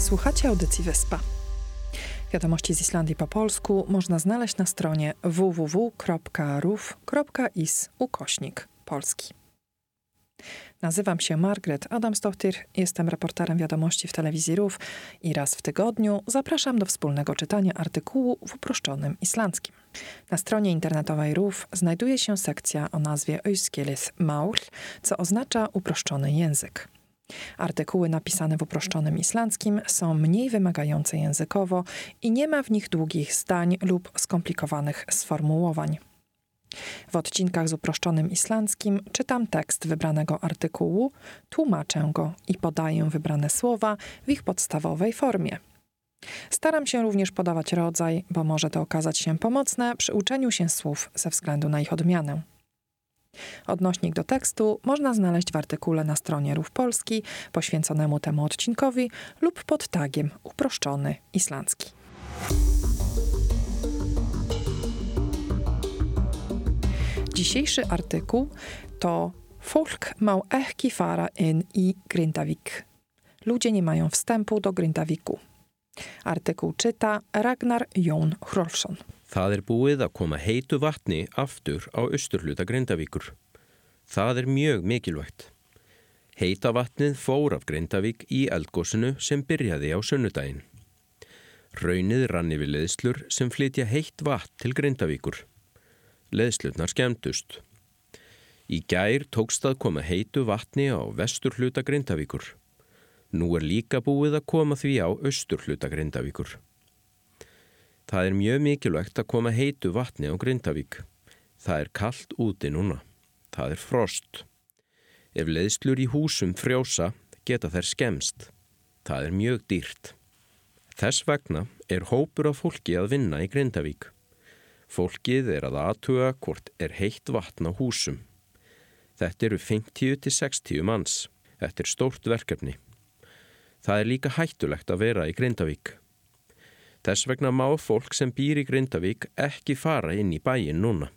Słuchacie audycji Wyspa. Wiadomości z Islandii po polsku można znaleźć na stronie www.ruf.is/polski. Nazywam się Margaret Adamsdottir, jestem reporterem wiadomości w telewizji RUF i raz w tygodniu zapraszam do wspólnego czytania artykułu w uproszczonym islandzkim. Na stronie internetowej RUF znajduje się sekcja o nazwie Øyskilið mál, co oznacza uproszczony język. Artykuły napisane w uproszczonym islandzkim są mniej wymagające językowo i nie ma w nich długich zdań lub skomplikowanych sformułowań. W odcinkach z uproszczonym islandzkim czytam tekst wybranego artykułu, tłumaczę go i podaję wybrane słowa w ich podstawowej formie. Staram się również podawać rodzaj, bo może to okazać się pomocne przy uczeniu się słów ze względu na ich odmianę. Odnośnik do tekstu można znaleźć w artykule na stronie RUF Polski poświęconemu temu odcinkowi lub pod tagiem uproszczony islandzki. Dzisiejszy artykuł to Folk má ekki fara inn í Grindavík. Ludzie nie mają wstępu do Grindavíku. Artykuł czyta Ragnar Jón Hrolfsson. Það búið að koma heitu vatni aftur á austurhluta Grindavíkur. Það mjög mikilvægt. Heita vatnið fór af Grindavík í eldgosinu sem byrjaði á sunnudaginn. Hraunið rann yfir leiðslur sem flytja heitt vatn til Grindavíkur. Leiðslurnar skemmtust. Í gær tókst að koma heitu vatni á vesturhluta Grindavíkur. Nú líka búið að koma því á austurhluta Grindavíkur. Það mjög mikilvægt að koma heitu vatni á Grindavík. Það kalt úti núna. Það frost. Ef leiðslur í húsum frjósa geta þær skemmst. Það mjög dýrt. Þess vegna hópur af fólki að vinna í Grindavík. Fólkið að athuga hvort heitt vatn á húsum. Þetta 50 til 60 manns. Þetta stórt verkefni. Það líka hættulegt að vera í Grindavík. Þess vegna má fólk sem býr í Grindavík ekki fara inn í bæinn núna.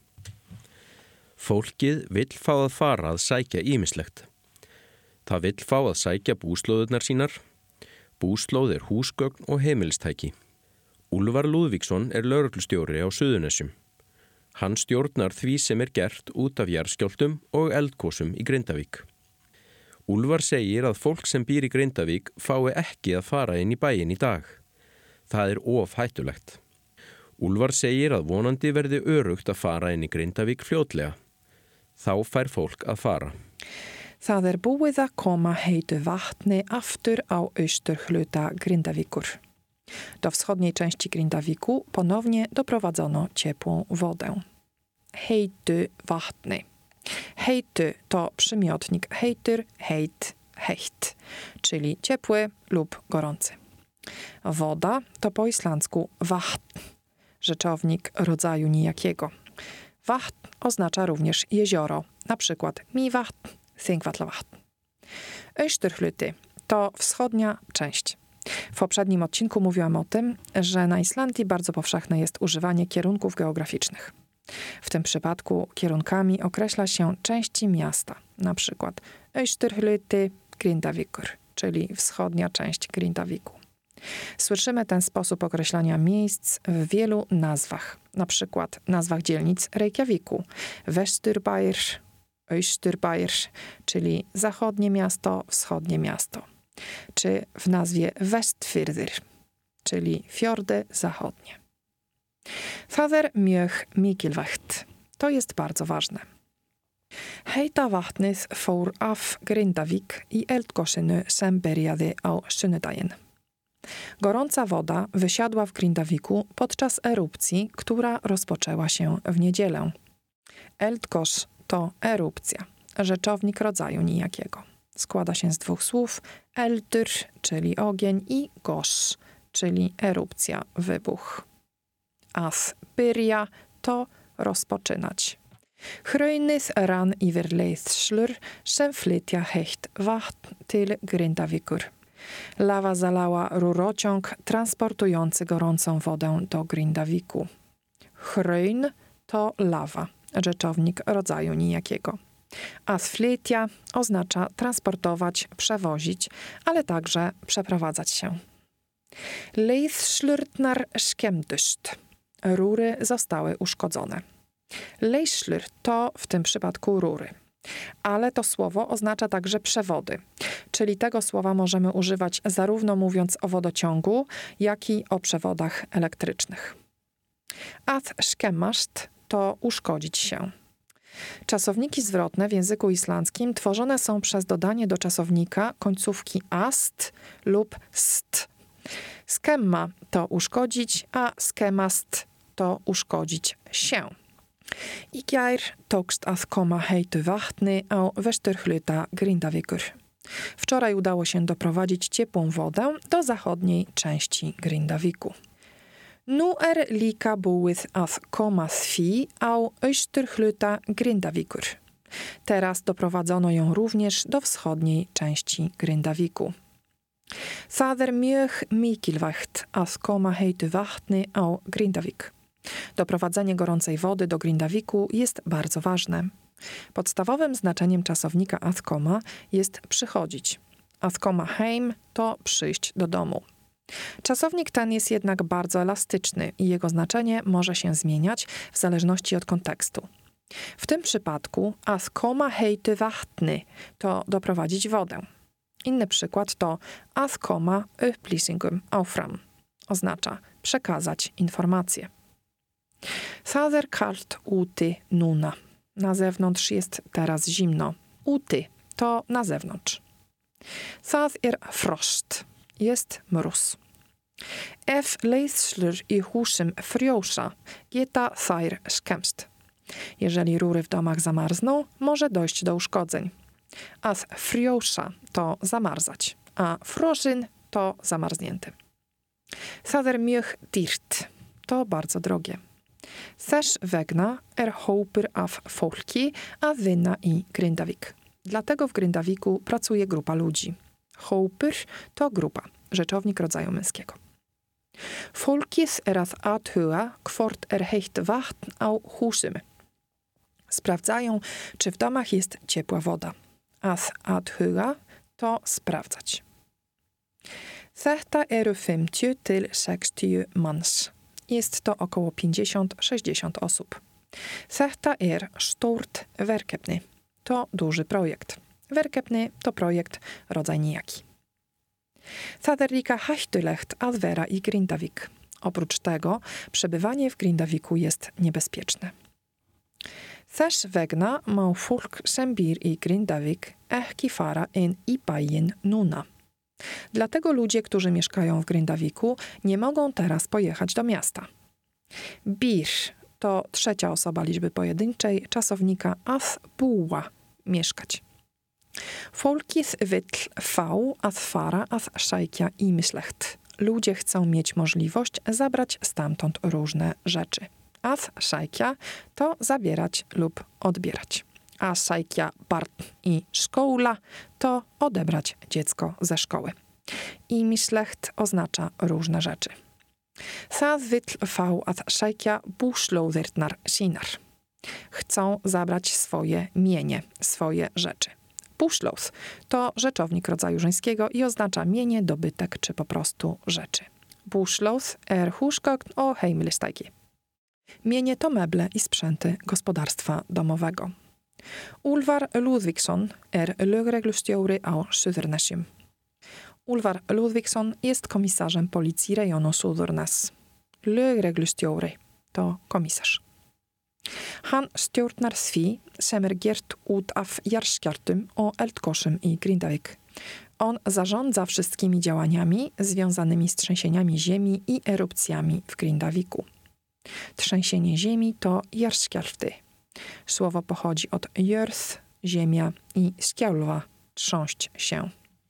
Fólkið vill fá að fara að sækja ýmislegt. Það vill fá að sækja búslóðurnar sínar. Búslóð húsgögn og heimilistæki. Úlfar Lúðvíksson lögreglustjóri á Suðurnesjum. Hann stjórnar því sem gert út af jarðskjálftum og eldgosum í Grindavík. Úlfar segir að fólk sem býr í Grindavík fái ekki að fara inn í bæinn í dag. Það of hættulegt. Úlfar segir að vonandi verði öruggt að fara inn í Grindavík fljótlega. Þá fær fólk að fara. Það búið að koma heitu vatni aftur á austurhluta Grindavíkur. Do wschodniej części Grindavíku ponownie doprowadzono ciepłą wodę. Heitu vatni. Heitu to przymiotnik heitur, heit, heitt, czyli ciepły lub gorący. Woda to po islandzku vatn, rzeczownik rodzaju nijakiego. Vatn oznacza również jezioro, na przykład Mývatn, Þingvallavatn. Austurhluti to wschodnia część. W poprzednim odcinku mówiłam o tym, że na Islandii bardzo powszechne jest używanie kierunków geograficznych. W tym przypadku kierunkami określa się części miasta, na przykład Austurhluti Grindavíkur, czyli wschodnia część Grindavíku. Słyszymy ten sposób określania miejsc w wielu nazwach, na przykład nazwach dzielnic Reykjavíku, Vesturbær, Austurbær, czyli zachodnie miasto, wschodnie miasto, czy w nazwie Vestfirðir, czyli fiordy zachodnie. Það mjög mikilvægt. To jest bardzo ważne. Heita vatnið fór af Grindavík í eldgosinu sem byrjaði á sunnudaginn. Gorąca woda wysiadła w Grindavíku podczas erupcji, która rozpoczęła się w niedzielę. Eldgos to erupcja, rzeczownik rodzaju nijakiego. Składa się z dwóch słów, eldur, czyli ogień, i gos, czyli erupcja, wybuch. Að byrja to rozpoczynać. Hraunið rann yfir leiðslur sem flytja heitt vatn til Grindavíkur. Lawa zalała rurociąg transportujący gorącą wodę do Grindavíku. Hraun to lawa, rzeczownik rodzaju nijakiego. Að flytja oznacza transportować, przewozić, ale także przeprowadzać się. Leiðslurnar skemmdust. Rury zostały uszkodzone. Leiðslur to w tym przypadku rury. Ale to słowo oznacza także przewody, czyli tego słowa możemy używać zarówno mówiąc o wodociągu, jak i o przewodach elektrycznych. Att skemmast to uszkodzić się. Czasowniki zwrotne w języku islandzkim tworzone są przez dodanie do czasownika końcówki ast lub st. Skemma to uszkodzić, a skemmast to uszkodzić się. I gær tókst að koma heitu vatni á vesturhluta Grindavíkur. Wczoraj udało się doprowadzić ciepłą wodę do zachodniej części Grindavíku. Nú líka búið að koma því á austurhluta Grindavíkur. Teraz doprowadzono ją również do wschodniej części Grindavíku. Það mjög mikilvægt að koma heitu vatni á Grindavík. Doprowadzenie gorącej wody do Grindavíku jest bardzo ważne. Podstawowym znaczeniem czasownika að koma jest przychodzić. Að koma heim to przyjść do domu. Czasownik ten jest jednak bardzo elastyczny i jego znaczenie może się zmieniać w zależności od kontekstu. W tym przypadku að koma heitu vatni to doprowadzić wodę. Inny przykład to að koma upplýsingum áfram. Oznacza przekazać informację. Það kalt úti núna. Na zewnątrz jest teraz zimno. Úti to na zewnątrz. Það frost. Jest mróz. Ef leiðslur í húsum frjósa, geta þær skemmst. Jeżeli rury w domach zamarzną, może dojść do uszkodzeń. Að frjósa to zamarzać, a frosinn to zamarznięty. Það mjög dýrt. To bardzo drogie. Þess vegna hópur af fólki að vinna í Grindavík. Dlatego w Grindavíku pracuje grupa ludzi. Hópur to grupa, rzeczownik rodzaju męskiego. Fólkið að athuga hvort heitt vatn á húsum. Sprawdzają, czy w domach jest ciepła woda. Að athuga to sprawdzać. Þetta 50 til 60 manns. Jest to około 50-60 osób. Þetta stórt verkefni. To duży projekt. Verkefni to projekt, rodzaj nijaki. Það líka hættulegt að vera í Grindavík. Oprócz tego, przebywanie w Grindavíku jest niebezpieczne. Þess vegna má fólk sem býr í Grindavík ekki fara inn í bæinn núna. Dlatego ludzie, którzy mieszkają w Grindavíku, nie mogą teraz pojechać do miasta. Býr to trzecia osoba liczby pojedynczej czasownika að búa, mieszkać. Fólkið vill fá að fara að sækja ýmislegt. Ludzie chcą mieć możliwość zabrać stamtąd różne rzeczy. Að sækja to zabierać lub odbierać. A sækja barn i skóla to odebrać dziecko ze szkoły. Ýmislegt oznacza różne rzeczy. Það vill fá að sækja búslóðirnar sínar. Chcą zabrać swoje mienie, swoje rzeczy. Búslóð to rzeczownik rodzaju żeńskiego i oznacza mienie, dobytek czy po prostu rzeczy. Búslóð húsgögn og heimilistæki. Mienie to meble i sprzęty gospodarstwa domowego. Úlfar Lúðvíksson lögreglustjóri á Suðurnesjum. Úlfar Lúðvíksson jest komisarzem policji rejonu Suðurnes. Lögreglustjóri to komisarz. Hann stjórnar því sem gert út af jarðskjálftum og eldgosum í Grindavík. On zarządza wszystkimi działaniami związanymi z trzęsieniami ziemi i erupcjami w Grindavíku. Trzęsienie ziemi to jarðskjálfty. Słowo pochodzi od jörð, ziemia i skjálfa, trząść się.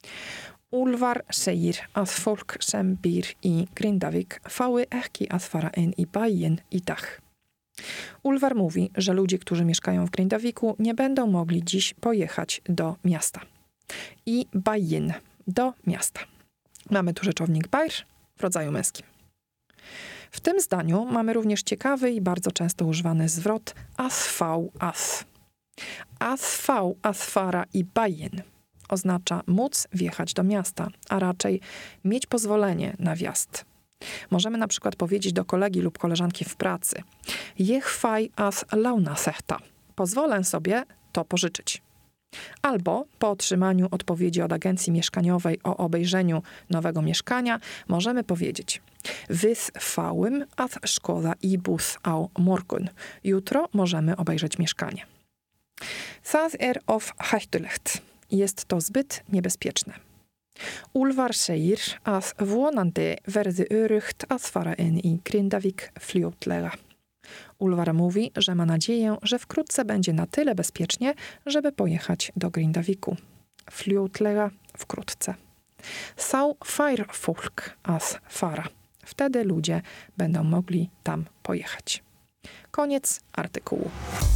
Úlfar segir að fólk sem býr í Grindavík fái ekki að fara inn í bæinn í dag. Úlfar mówi, że ludzie, którzy mieszkają w Grindavíku, nie będą mogli dziś pojechać do miasta. I bæinn, do miasta. Mamy tu rzeczownik bær w rodzaju męskim. W tym zdaniu mamy również ciekawy i bardzo często używany zwrot að fá að. Að fá að fara í bæinn oznacza móc wjechać do miasta, a raczej mieć pozwolenie na wjazd. Możemy na przykład powiedzieć do kolegi lub koleżanki w pracy: "Jech faj as launa sehta". Pozwolę sobie to pożyczyć. Albo po otrzymaniu odpowiedzi od agencji mieszkaniowej o obejrzeniu nowego mieszkania możemy powiedzieć: "Wys fałym as szkoda i bus au morgun". Jutro możemy obejrzeć mieszkanie. "Thas of hættulegt". Jest to zbyt niebezpieczne. Úlfar segir að vonandi verði öruggt að fara inn í Grindavík fljótlega. Úlfar mówi, że ma nadzieję, że wkrótce będzie na tyle bezpiecznie, żeby pojechać do Grindavíku. Fljótlega, wkrótce. Þá fær fólk að fara. Wtedy ludzie będą mogli tam pojechać. Koniec artykułu.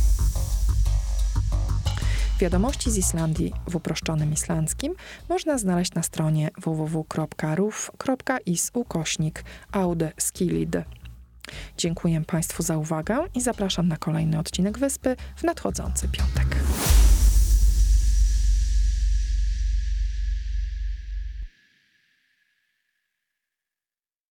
Wiadomości z Islandii w uproszczonym islandzkim można znaleźć na stronie www.ruf.is/audskilid. Dziękuję Państwu za uwagę i zapraszam na kolejny odcinek Wyspy w nadchodzący piątek.